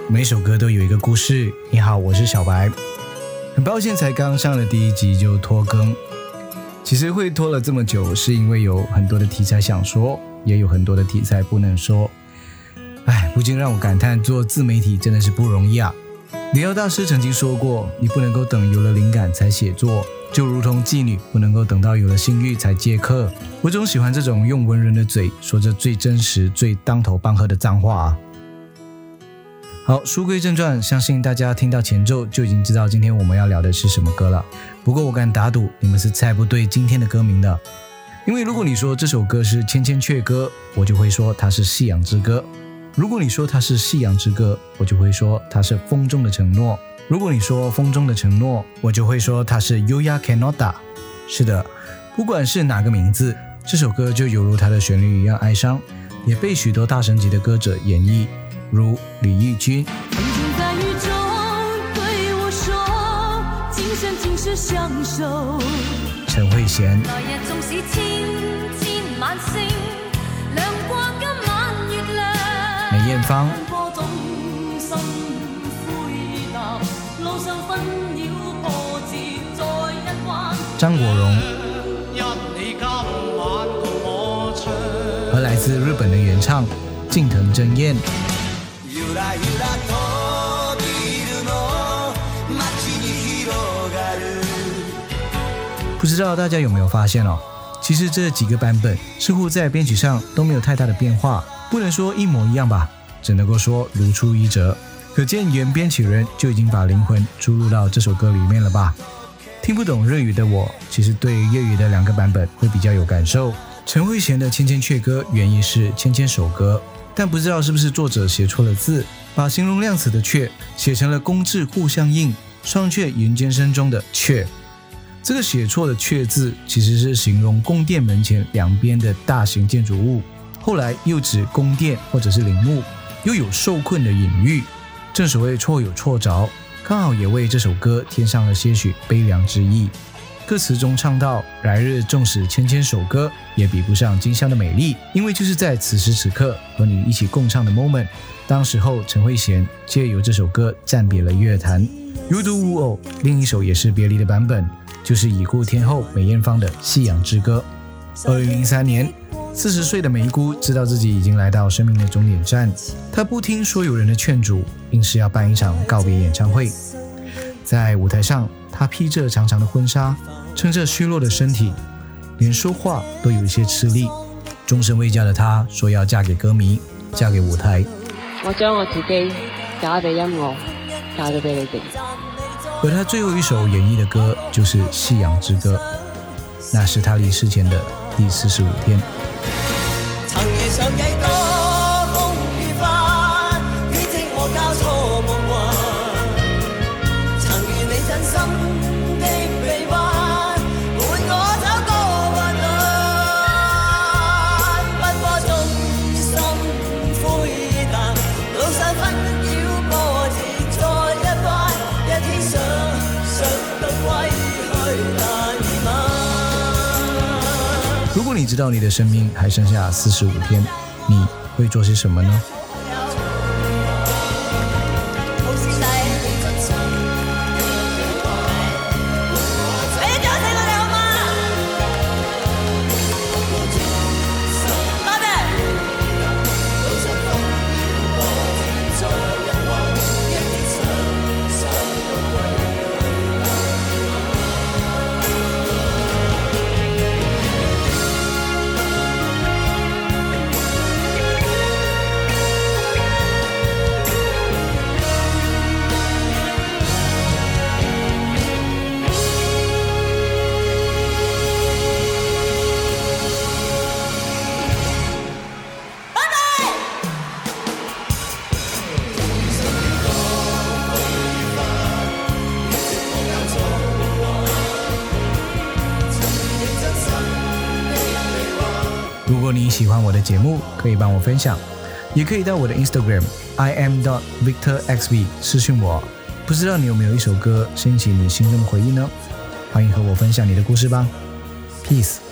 每首歌都有一个故事。你好，我是小白。很抱歉才刚上了第一集就拖更。其实会拖了这么久，是因为有很多的题材想说，也有很多的题材不能说。不禁让我感叹做自媒体真的是不容易啊。李奥大师曾经说过，你不能够等有了灵感才写作，就如同妓女不能够等到有了性欲才接客。我总喜欢这种用文人的嘴说着最真实最当头棒喝的脏话啊。好，书归正传，相信大家听到前奏就已经知道今天我们要聊的是什么歌了。不过我敢打赌你们是猜不对今天的歌名的，因为如果你说这首歌是千千阙歌，我就会说它是夕阳之歌。如果你说它是夕阳之歌，我就会说它是风中的承诺。如果你说风中的承诺，我就会说它是 Yuya Kenoda。 是的，不管是哪个名字，这首歌就犹如它的旋律一样哀伤，也被许多大神级的歌者演绎，如李翊君。 曾经在雨中对我说，今生今世相守。 陈慧娴。 来日纵使千千晚星，亮过今晚月亮。 梅艳芳。张国荣。和来自日本的原唱近藤真彦。不知道大家有没有发现哦，其实这几个版本似乎在编曲上都没有太大的变化，不能说一模一样吧，只能够说如出一辙。可见原编曲人就已经把灵魂注入到这首歌里面了吧。听不懂日语的我，其实对粤语的两个版本会比较有感受。陈慧娴的千千阙歌原意是千千首歌，但不知道是不是作者写错了字，把形容量词的阙写成了公字互相应，双阙云间声中的阙。这个写错的阙字其实是形容宫殿门前两边的大型建筑物，后来又指宫殿或者是陵墓，又有受困的隐喻。正所谓错有错着，刚好也为这首歌添上了些许悲凉之意。歌词中唱到，来日纵使千千首歌，也比不上今宵的美丽，因为就是在此时此刻和你一起共唱的 moment。 当时候陈慧娴借由这首歌暂别了乐坛。如独无偶，另一首也是别离的版本，就是已故天后梅艳芳的夕阳之歌。2003年40岁的梅姑知道自己已经来到生命的终点站，她不听所有人的劝阻，硬是要办一场告别演唱会。在舞台上，她披着长长的婚纱，撑着虚弱的身体，连说话都有一些吃力。终身未嫁的她说要嫁给歌迷，嫁给舞台。 我將我自己嫁俾音樂，嫁咗俾你哋。 而她最後一首演繹的歌就是《夕陽之歌》，那是她離世前的第45天。 曾遇上幾多風雨翻，編織我交錯夢幻。曾遇你真心的臂彎，伴我走過患難。不過縱心灰淡，路上紛擾波折再一班，一天想到歸去難以晚。 如果你知道你的生命还剩下45天，你会做些什么呢？如果你喜欢我的节目，可以帮我分享，也可以到我的 Instagram im.victorxv 私讯我。不知道你有没有一首歌掀起你心中的回忆呢？欢迎和我分享你的故事吧。Peace。